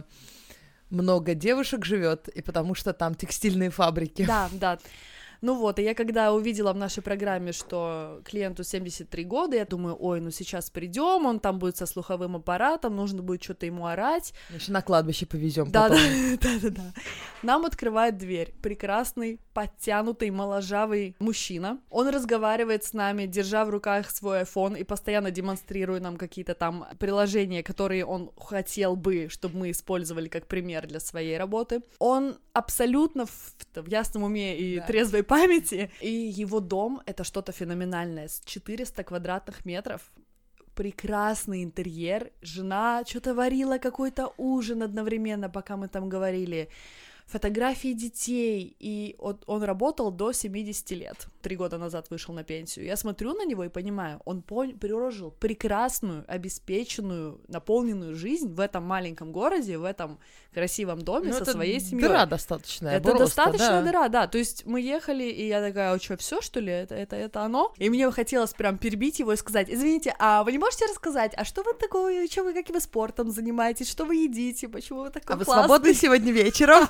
много девушек живет, и потому что там текстильные фабрики. Да, да. Ну вот, и я когда увидела в нашей программе, что клиенту семьдесят три года, я думаю, ой, ну сейчас придем, он там будет со слуховым аппаратом, нужно будет что-то ему орать. Еще на кладбище повезем да, потом. Да, да, да, да. Нам открывает дверь прекрасный, подтянутый, моложавый мужчина. Он разговаривает с нами, держа в руках свой айфон и постоянно демонстрируя нам какие-то там приложения, которые он хотел бы, чтобы мы использовали как пример для своей работы. Он абсолютно в, в ясном уме и да. трезвой памяти, и его дом — это что-то феноменальное, с четыреста квадратных метров, прекрасный интерьер, жена что-то варила, какой-то ужин одновременно, пока мы там говорили, фотографии детей, и он, он работал до семидесяти лет, три года назад вышел на пенсию. Я смотрю на него и понимаю, он пон- прожил прекрасную, обеспеченную, наполненную жизнь в этом маленьком городе, в этом красивом доме, ну, со своей семьей. Дыра достаточная. Это просто, достаточная да. дыра, да. То есть мы ехали, и я такая, а что, все что ли? Это, это, это оно? И мне хотелось прям перебить его и сказать, извините, а вы не можете рассказать, а что вы такое, что вы, каким вы спортом занимаетесь, что вы едите, почему вы такой классный? А вы классный? свободны сегодня вечером?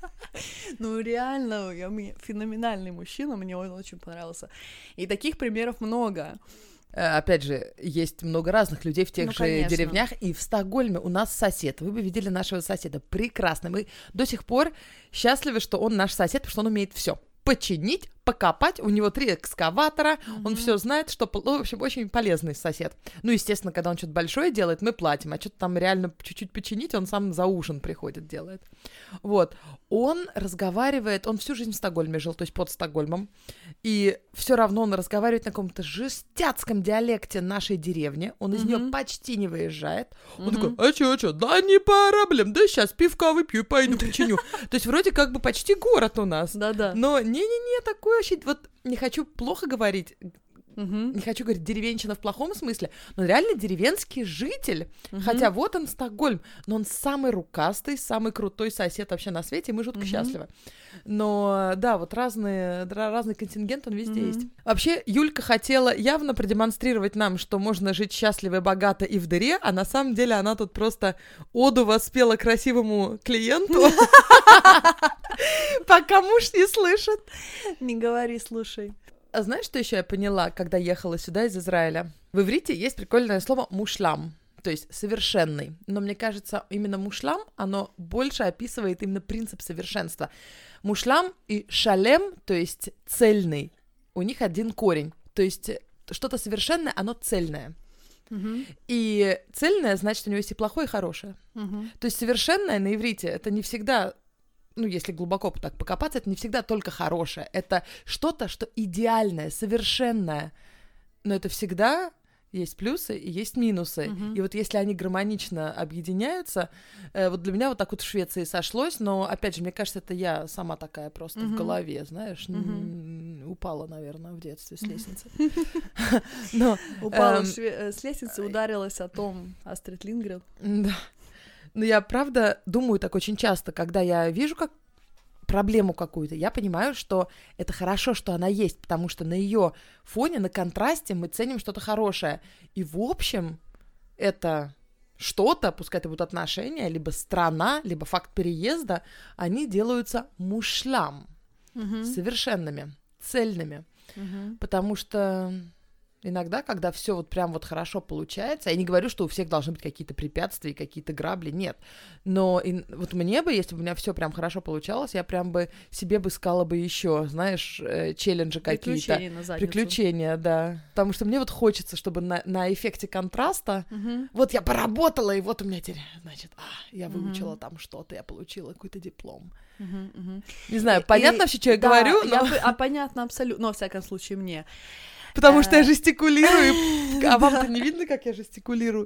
Ну, реально, я, феноменальный мужчина, мне он очень понравился. И таких примеров много. Опять же, есть много разных людей в тех ну, же конечно. деревнях, и в Стокгольме у нас сосед. Вы бы видели нашего соседа. Прекрасно. Мы до сих пор счастливы, что он наш сосед, потому что он умеет все починить, покопать, у него три экскаватора, mm-hmm. он все знает, что, ну, в общем, очень полезный сосед. Ну, естественно, когда он что-то большое делает, мы платим, а что-то там реально чуть-чуть починить, он сам за ужин приходит, делает. Вот. Он разговаривает, он всю жизнь в Стокгольме жил, то есть под Стокгольмом, и все равно он разговаривает на каком-то жестяцком диалекте нашей деревни, он из mm-hmm. нее почти не выезжает. Он mm-hmm. такой, а чё, а чё, да не проблем, да сейчас пивка выпью, пойду починю. То есть вроде как бы почти город у нас. Да-да. Но не-не-не, такое вообще, вот не хочу плохо говорить, uh-huh. не хочу говорить деревенщина в плохом смысле, но реально деревенский житель, uh-huh. хотя вот он Стокгольм, но он самый рукастый, самый крутой сосед вообще на свете, и мы жутко uh-huh. счастливы. Но да, вот разные, разный контингент, он везде uh-huh. есть. Вообще, Юлька хотела явно продемонстрировать нам, что можно жить счастливо и богато и в дыре, а на самом деле она тут просто оду воспела красивому клиенту, пока муж не слышит. Не говори, слушай. А знаешь, что еще я поняла, когда ехала сюда из Израиля? В иврите есть прикольное слово «мушлам», то есть совершенный. Но мне кажется, именно мушлам, оно больше описывает именно принцип совершенства. Мушлам и шалем, то есть цельный, у них один корень. То есть что-то совершенное, оно цельное. Uh-huh. И цельное, значит, у него есть и плохое, и хорошее. Uh-huh. То есть совершенное на иврите это не всегда, ну, если глубоко так покопаться, это не всегда только хорошее. Это что-то, что идеальное, совершенное. Но это всегда есть плюсы и есть минусы. Uh-huh. И вот если они гармонично объединяются, э, вот для меня вот так вот в Швеции сошлось, но, опять же, мне кажется, это я сама такая просто uh-huh. в голове, знаешь, uh-huh. н- упала, наверное, в детстве с лестницы. Упала с лестницы, ударилась о том Астрид Линдгрен. Да. Но я, правда, думаю так очень часто, когда я вижу как проблему какую-то, я понимаю, что это хорошо, что она есть, потому что на ее фоне, на контрасте мы ценим что-то хорошее. И в общем, это что-то, пускай это будут отношения, либо страна, либо факт переезда, они делаются мушлам, uh-huh. совершенными, цельными. Uh-huh. Потому что иногда, когда все вот прям вот хорошо получается, я не говорю, что у всех должны быть какие-то препятствия, какие-то грабли, нет. Но и, вот мне бы, если бы у меня все прям хорошо получалось, я прям бы себе бы искала бы еще, знаешь, э, челленджи какие-то. Приключения на задницу. Приключения, да. Потому что мне вот хочется, чтобы на, на эффекте контраста, угу. вот я поработала, и вот у меня теперь, значит, а, я выучила угу. там что-то, я получила какой-то диплом. Угу, угу. Не знаю, и, понятно и, вообще, что я да, говорю? Но... Я, а понятно абсолютно, но, во всяком случае, мне. Потому что я жестикулирую, а вам-то не видно, как я жестикулирую?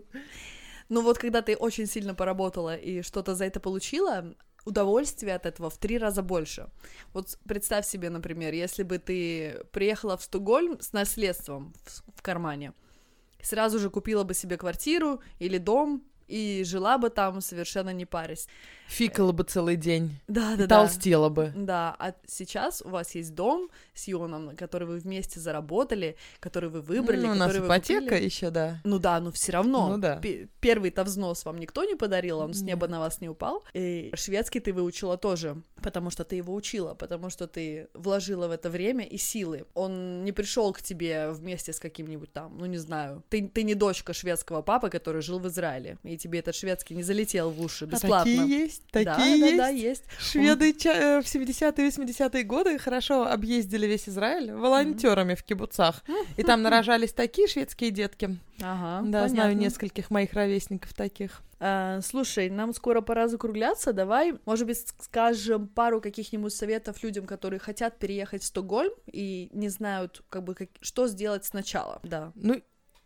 Ну вот, когда ты очень сильно поработала и что-то за это получила, удовольствие от этого в три раза больше. Вот представь себе, например, если бы ты приехала в Стокгольм с наследством в кармане, сразу же купила бы себе квартиру или дом и жила бы там, совершенно не парясь. Фикала бы целый день. Да, да, и толстела да. бы. Да, а сейчас у вас есть дом с Йоном, который вы вместе заработали, который вы выбрали, ну, который у вы нас ипотека купили. еще, да. Ну да, но все равно. Ну да. П- первый-то взнос вам никто не подарил, он с неба на вас не упал. И шведский ты выучила тоже, потому что ты его учила, потому что ты вложила в это время и силы. Он не пришел к тебе вместе с каким-нибудь там, ну не знаю. Ты, ты не дочка шведского папы, который жил в Израиле, и тебе этот шведский не залетел в уши бесплатно. А такие есть, такие да, есть. Да, да, есть. Шведы Он... в семидесятые и восьмидесятые годы хорошо объездили весь Израиль волонтерами mm-hmm. в кибуцах. И там нарожались такие шведские детки. Ага, да, понятно. Знаю нескольких моих ровесников таких. А, слушай, нам скоро пора закругляться. Давай, может быть, скажем пару каких-нибудь советов людям, которые хотят переехать в Стокгольм и не знают, как бы, как... что сделать сначала. Да. Ну,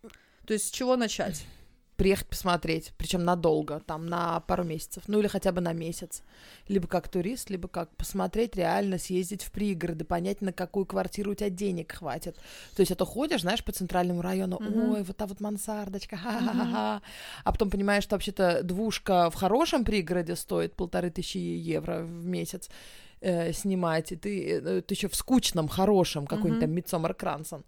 то есть с чего начать? Приехать посмотреть, причем надолго, там на пару месяцев, ну или хотя бы на месяц, либо как турист, либо как посмотреть, реально съездить в пригороды, понять, на какую квартиру у тебя денег хватит. То есть это ходишь, знаешь, по центральному району, mm-hmm. ой, вот та вот мансардочка, ха-ха-ха-ха, mm-hmm. а потом понимаешь, что вообще-то двушка в хорошем пригороде стоит полторы тысячи евро в месяц э, снимать, и ты, э, ты еще в скучном, хорошем, какой-нибудь mm-hmm. там Мидсомер Крансен.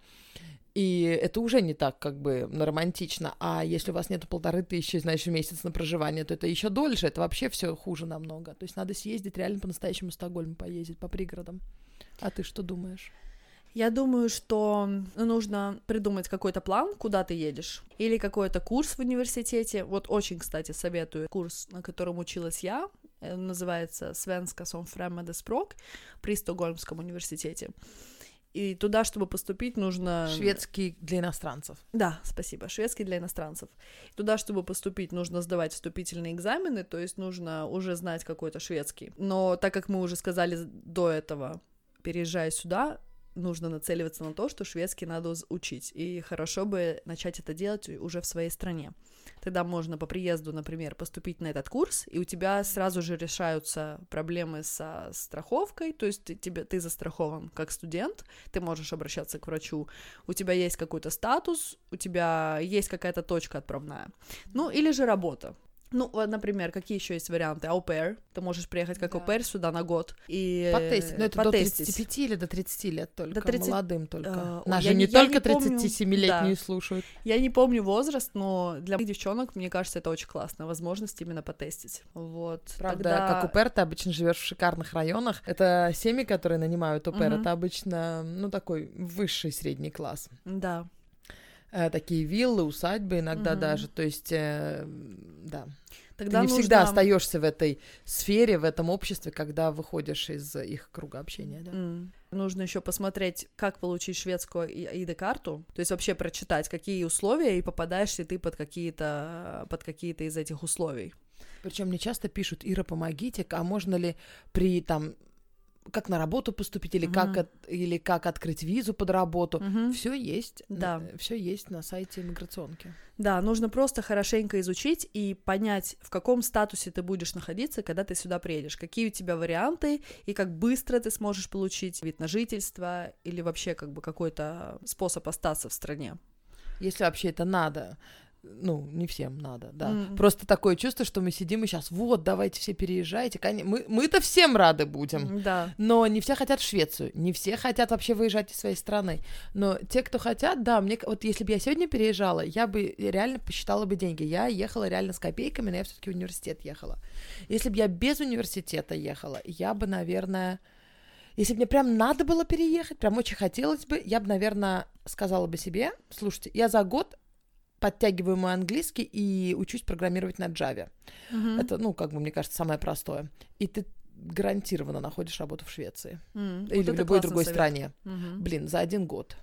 И это уже не так, как бы, романтично. А если у вас нету полторы тысячи, значит, в месяц на проживание, то это еще дольше. Это вообще все хуже намного. То есть надо съездить, реально по-настоящему в Стокгольм поездить, по пригородам. А ты что думаешь? Я думаю, что нужно придумать какой-то план, куда ты едешь. Или какой-то курс в университете. Вот очень, кстати, советую курс, на котором училась я. Называется «Svenska som främmande språk» при Стокгольмском университете. И туда, чтобы поступить, нужно... Шведский для иностранцев. Да, спасибо. Шведский для иностранцев. Туда, чтобы поступить, нужно сдавать вступительные экзамены, то есть нужно уже знать какой-то шведский. Но так как мы уже сказали до этого, переезжая сюда, нужно нацеливаться на то, что шведский надо учить. И хорошо бы начать это делать уже в своей стране. Тогда можно по приезду, например, поступить на этот курс, и у тебя сразу же решаются проблемы со страховкой, то есть ты, тебе, ты застрахован как студент, ты можешь обращаться к врачу, у тебя есть какой-то статус, у тебя есть какая-то точка отправная. Ну, или же работа. Ну, например, какие еще есть варианты? Au-pair. Ты можешь приехать как да. au-pair сюда на год и потестить. Ну, это потестить. До тридцати пяти или до тридцати лет только, до тридцати... молодым только. Uh, Нас же не, не только тридцатисемилетние да. слушают. Я не помню возраст, но для моих девчонок, мне кажется, это очень классная возможность именно потестить. Вот. Правда, Тогда... как au-pair ты обычно живешь в шикарных районах. Это семьи, которые нанимают au-pair, uh-huh. это обычно, ну, такой высший средний класс. Да. Такие виллы, усадьбы иногда угу. даже, то есть, э, да. Тогда ты не нужно... всегда остаешься в этой сфере, в этом обществе, когда выходишь из их круга общения, да. Mm. Нужно еще посмотреть, как получить шведскую ай ди-карту, то есть вообще прочитать, какие условия, и попадаешь ли ты под какие-то, под какие-то из этих условий. Причем мне часто пишут: Ира, помогите, а можно ли при, там, как на работу поступить, или, uh-huh. как, от, или как открыть визу под работу. Uh-huh. Все есть. Да. Все есть на сайте иммиграционки. Да, нужно просто хорошенько изучить и понять, в каком статусе ты будешь находиться, когда ты сюда приедешь, какие у тебя варианты, и как быстро ты сможешь получить вид на жительство или вообще как бы какой-то способ остаться в стране. Если вообще это надо. Ну, не всем надо, да. Mm-hmm. Просто такое чувство, что мы сидим и сейчас, вот, давайте все переезжайте. Мы, мы-то всем рады будем. Да. Но не все хотят в Швецию, не все хотят вообще выезжать из своей страны. Но те, кто хотят, да, мне, вот если бы я сегодня переезжала, я бы реально посчитала бы деньги. Я ехала реально с копейками, но я все-таки в университет ехала. Если бы я без университета ехала, я бы, наверное... Если бы мне прям надо было переехать, прям очень хотелось бы, я бы, наверное, сказала бы себе: слушайте, я за год подтягиваю мой английский и учусь программировать на Java. Uh-huh. Это, ну, как бы, мне кажется, самое простое. И ты гарантированно находишь работу в Швеции. Mm, или вот в любой другой совет. стране. Uh-huh. Блин, за один год.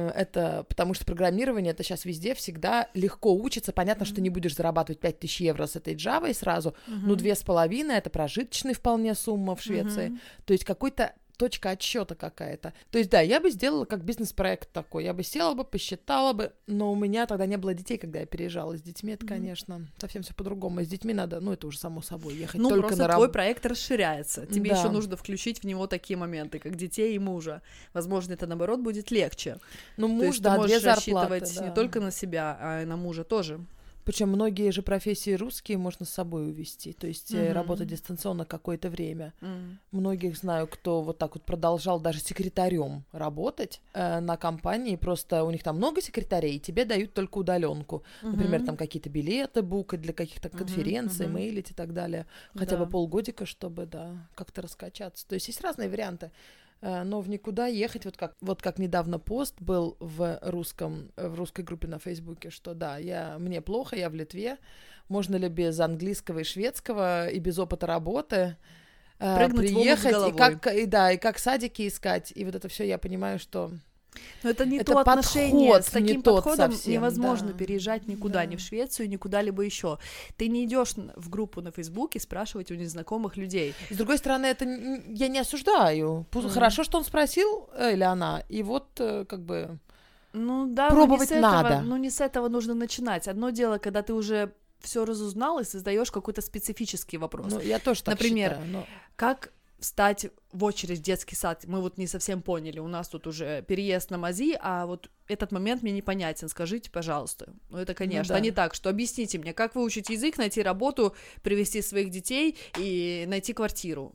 Это потому что программирование, это сейчас везде всегда легко учится. Понятно, uh-huh. что не будешь зарабатывать пять тысяч евро с этой Java сразу, uh-huh. ну, две с половиной, это прожиточная вполне сумма в Швеции. Uh-huh. То есть какой-то точка отсчета какая-то. То есть, да, я бы сделала как бизнес-проект такой. Я бы села бы, посчитала бы, но у меня тогда не было детей, когда я переезжала. С детьми это, mm-hmm. конечно, совсем все по-другому. С детьми надо, ну, это уже само собой, ехать ну, только на работу. Ну, просто твой проект расширяется. Тебе да. еще нужно включить в него такие моменты, как детей и мужа. Возможно, это, наоборот, будет легче. Ну, муж, То есть да, ты можешь две зарплаты, рассчитывать да. не только на себя, а и на мужа тоже. Причем многие же профессии русские можно с собой увезти, то есть mm-hmm. работать дистанционно какое-то время. Mm-hmm. Многих знаю, кто вот так вот продолжал даже секретарем работать э, на компании, просто у них там много секретарей, и тебе дают только удаленку. Mm-hmm. Например, там какие-то билеты букать для каких-то конференций, mm-hmm. мейлить и так далее. Хотя да. бы полгодика, чтобы, да, как-то раскачаться. То есть есть разные варианты. Но в никуда ехать, вот как, вот как недавно пост был в русском, в русской группе на Фейсбуке, что да, я, мне плохо, я в Литве, можно ли без английского и шведского и без опыта работы прыгнуть приехать, в омут с и как, и, да, и как садики искать, и вот это все я понимаю, что... Но это не это то отношение, с таким подходом совсем, невозможно да. переезжать никуда, да. ни в Швецию, ни куда-либо еще. Ты не идешь в группу на Фейсбуке спрашивать у незнакомых людей. С другой стороны, это я не осуждаю. Mm. Хорошо, что он спросил, или она, и вот как бы ну, да, пробовать но надо. Этого, ну не с этого нужно начинать. Одно дело, когда ты уже все разузнал и создаешь какой-то специфический вопрос. Ну, я тоже так Например, считаю, но... как встать в очередь в детский сад, мы вот не совсем поняли, у нас тут уже переезд на МАЗИ, а вот этот момент мне непонятен, скажите, пожалуйста. Ну, это, конечно, ну, да. а не так, что объясните мне, как выучить язык, найти работу, привести своих детей и найти квартиру.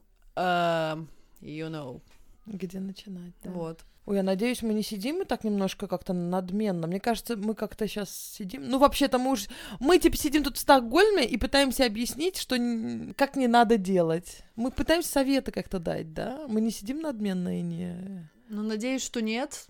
Uh, you know. Где начинать, да. Вот. Ой, я надеюсь, мы не сидим и так немножко как-то надменно. Мне кажется, мы как-то сейчас сидим... Ну, вообще-то мы уж... Мы, типа, сидим тут в Стокгольме и пытаемся объяснить, что как не надо делать. Мы пытаемся советы как-то дать, да? Мы не сидим надменно и не... Ну, надеюсь, что нет.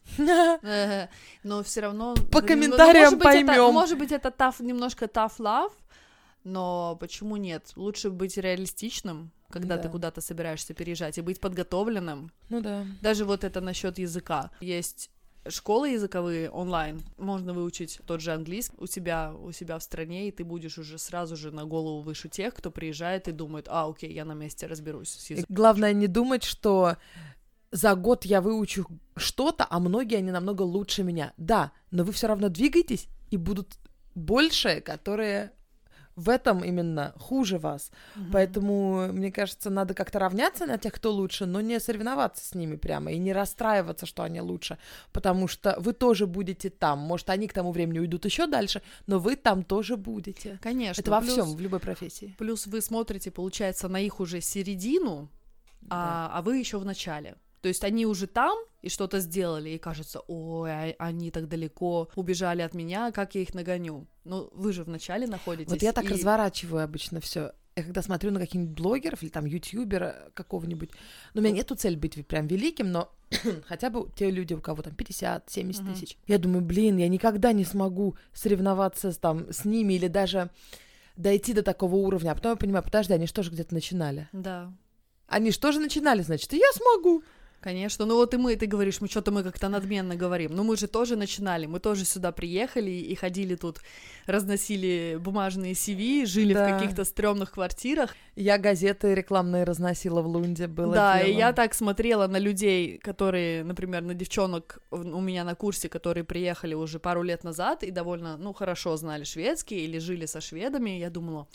Но все равно... По комментариям поймем. Может быть, это немножко tough love, но почему нет? Лучше быть реалистичным, когда да. ты куда-то собираешься переезжать, и быть подготовленным. Ну да. Даже вот это насчет языка. Есть школы языковые онлайн, можно выучить тот же английский у себя, у себя в стране, и ты будешь уже сразу же на голову выше тех, кто приезжает и думает: а, окей, я на месте разберусь с языком. Главное не думать, что за год я выучу что-то, а многие они намного лучше меня. Да, но вы все равно двигаетесь, и будут больше, которые... в этом именно хуже вас. Mm-hmm. Поэтому, мне кажется, надо как-то равняться на тех, кто лучше, но не соревноваться с ними прямо и не расстраиваться, что они лучше, потому что вы тоже будете там. Может, они к тому времени уйдут еще дальше, но вы там тоже будете. Конечно. Это во плюс, всем, в любой профессии. Плюс вы смотрите, получается, на их уже середину, да. а, а вы еще в начале. То есть они уже там и что-то сделали, и кажется, ой, они так далеко убежали от меня, как я их нагоню? Ну, вы же в начале находитесь. Вот я так и... разворачиваю обычно все. Я когда смотрю на каких-нибудь блогеров или там ютубера какого-нибудь, ну, у меня нету цели быть прям великим, но хотя бы те люди, у кого там пятьдесят-семьдесят uh-huh. тысяч. Я думаю, блин, я никогда не смогу соревноваться с, там, с ними или даже дойти до такого уровня. А потом я понимаю, подожди, они же тоже где-то начинали. Да. Они же тоже начинали, значит, и я смогу. Конечно, ну вот и мы, ты говоришь, мы что-то мы как-то надменно говорим, но мы же тоже начинали, мы тоже сюда приехали и ходили тут, разносили бумажные си ви, жили да. в каких-то стрёмных квартирах. Я газеты рекламные разносила в Лунде, было Да, дело. И я так смотрела на людей, которые, например, на девчонок у меня на курсе, которые приехали уже пару лет назад и довольно, ну, хорошо знали шведский или жили со шведами, и я думала...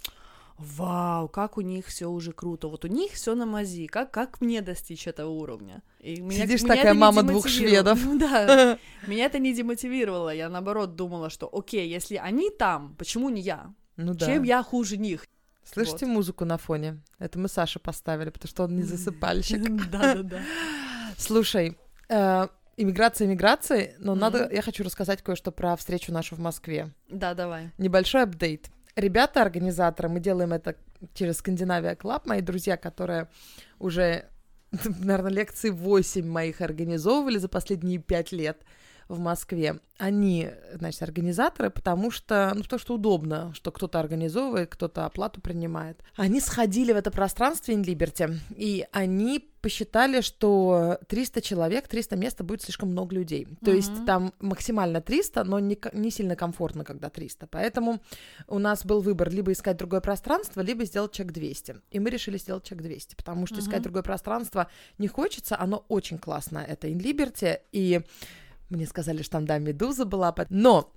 Вау, как у них все уже круто. Вот у них все на мази. Как, как мне достичь этого уровня? И меня, Сидишь меня такая мама двух шведов. Да, меня это не демотивировало. Я, наоборот, думала, что окей, если они там, почему не я? Ну, да. Чем я хуже них? Слышите вот. Музыку на фоне? Это мы Саше поставили, потому что он не засыпальщик. Да-да-да. Слушай, иммиграция иммиграции, но надо, я хочу рассказать кое-что про встречу нашу в Москве. Да, давай. Небольшой апдейт. Ребята, организаторы, мы делаем это через Скандинавия Клаб, мои друзья, которые уже, наверное, лекции восемь моих организовывали за последние пять лет в Москве. Они, значит, организаторы, потому что, ну, потому что удобно, что кто-то организовывает, кто-то оплату принимает. Они сходили в это пространство In Liberty, и они посчитали, что триста человек, триста мест будет слишком много людей. Mm-hmm. То есть там максимально триста, но не, не сильно комфортно, когда триста. Поэтому у нас был выбор либо искать другое пространство, либо сделать чек двести. И мы решили сделать чек двести, потому что mm-hmm. искать другое пространство не хочется, оно очень классное. Это In Liberty, и мне сказали, что там, да, Медуза была, но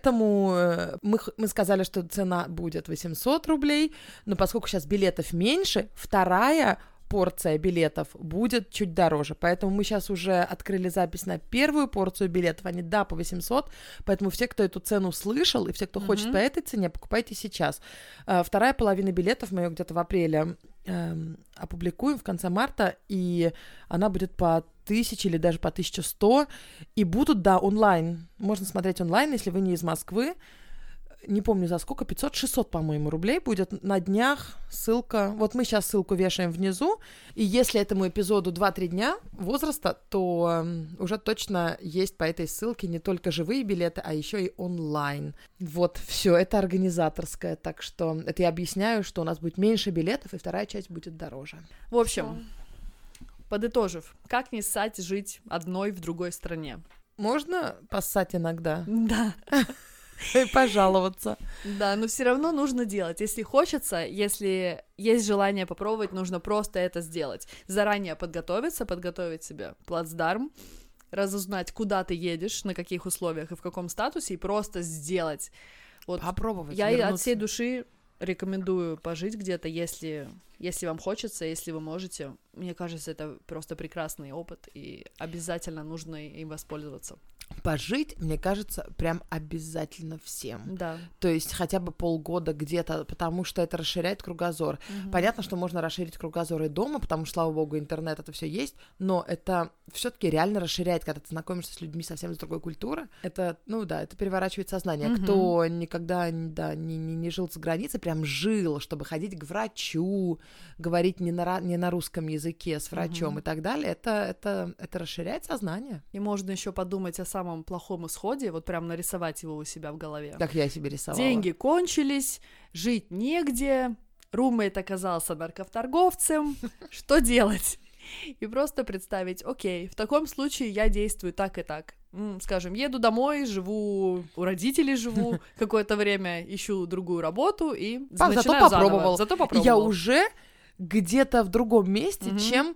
поэтому мы, мы сказали, что цена будет восемьсот рублей, но поскольку сейчас билетов меньше, вторая порция билетов будет чуть дороже, поэтому мы сейчас уже открыли запись на первую порцию билетов, они, да, по восемьсот, поэтому все, кто эту цену слышал, и все, кто mm-hmm. хочет по этой цене, покупайте сейчас. Вторая половина билетов мы ее где-то в апреле эм, опубликуем в конце марта, и она будет по тысяче или даже по тысяче сто, и будут, да, онлайн, можно смотреть онлайн, если вы не из Москвы, не помню за сколько, пятьсот-шестьсот, по-моему, рублей будет на днях, ссылка, вот мы сейчас ссылку вешаем внизу, и если этому эпизоду два-три дня возраста, то уже точно есть по этой ссылке не только живые билеты, а еще и онлайн. Вот, все, это организаторское, так что это я объясняю, что у нас будет меньше билетов, и вторая часть будет дороже. В общем, подытожив, как не ссать жить одной в другой стране? Можно поссать иногда? Да. И пожаловаться. Да, но все равно нужно делать. Если хочется, если есть желание попробовать, нужно просто это сделать. Заранее подготовиться, подготовить себе плацдарм, разузнать, куда ты едешь, на каких условиях и в каком статусе, и просто сделать. Вот попробовать. Я вернуться. От всей души рекомендую пожить где-то, если, если вам хочется, если вы можете. Мне кажется, это просто прекрасный опыт, и обязательно нужно им воспользоваться. Пожить, мне кажется, прям обязательно всем. Да. То есть хотя бы полгода где-то, потому что это расширяет кругозор. Угу. Понятно, что можно расширить кругозор и дома, потому что, слава богу, интернет, это все есть, но это все-таки реально расширяет, когда ты знакомишься с людьми совсем из другой культуры. Это, ну да, это переворачивает сознание. Угу. Кто никогда да, не, не, не жил за границей, прям жил, чтобы ходить к врачу, говорить не на, не на русском языке с врачом угу. и так далее, это, это, это расширяет сознание. И можно еще подумать о самом плохом исходе, вот прям нарисовать его у себя в голове. Как я себе рисовала. Деньги кончились, жить негде, руммейт оказался наркоторговцем, что делать? И просто представить, окей, в таком случае я действую так и так. Скажем, еду домой, живу, у родителей живу какое-то время, ищу другую работу и начинаю зато попробовал. Зато попробовал. Я уже где-то в другом месте, чем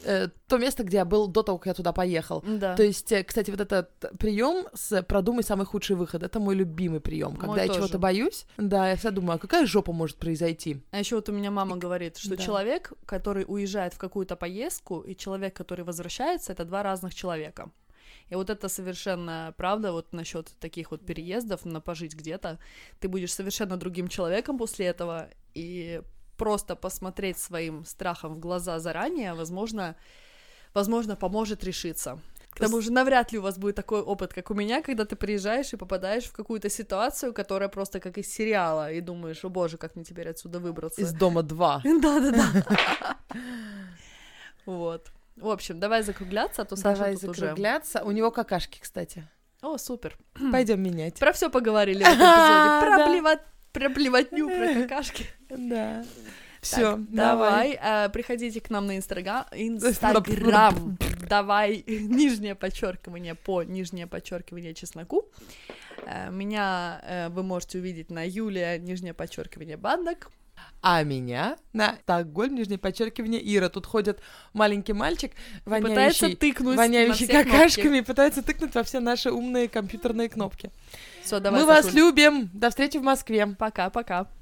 э, то место, где я был до того, как я туда поехал. Да. То есть, э, кстати, вот этот прием с «продумай самый худший выход» — это мой любимый прием. Когда Мой я тоже. чего-то боюсь, да, я всегда думаю, а какая жопа может произойти? А еще вот у меня мама говорит, что да. человек, который уезжает в какую-то поездку, и человек, который возвращается, это два разных человека. И вот это совершенно правда, вот насчет таких вот переездов, на пожить где-то, ты будешь совершенно другим человеком после этого, и просто посмотреть своим страхом в глаза заранее, возможно, возможно, поможет решиться. К тому же навряд ли у вас будет такой опыт, как у меня, когда ты приезжаешь и попадаешь в какую-то ситуацию, которая просто как из сериала, и думаешь, о боже, как мне теперь отсюда выбраться. Из дома два. Да-да-да. Вот. В общем, давай закругляться, а то Саша Давай тут закругляться. уже... У него какашки, кстати. О, супер. Пойдем менять. Про все поговорили в этом эпизоде. Про, плева... про плевотню, про какашки. Да. Все, давай. давай. Приходите к нам на Инстаграм. Инстаграм. Давай. Нижнее подчеркивание по нижнее подчеркивание чесноку. Меня вы можете увидеть на Юлия, нижнее подчеркивание Бандок. А меня на Стокгольм, нижнее подчеркивание Ира. Тут ходит маленький мальчик, воняющий, воняющий какашками, кнопки. Пытается тыкнуть во все наши умные компьютерные кнопки. Всё, давай, Мы Сашуль. вас любим. До встречи в Москве. Пока-пока.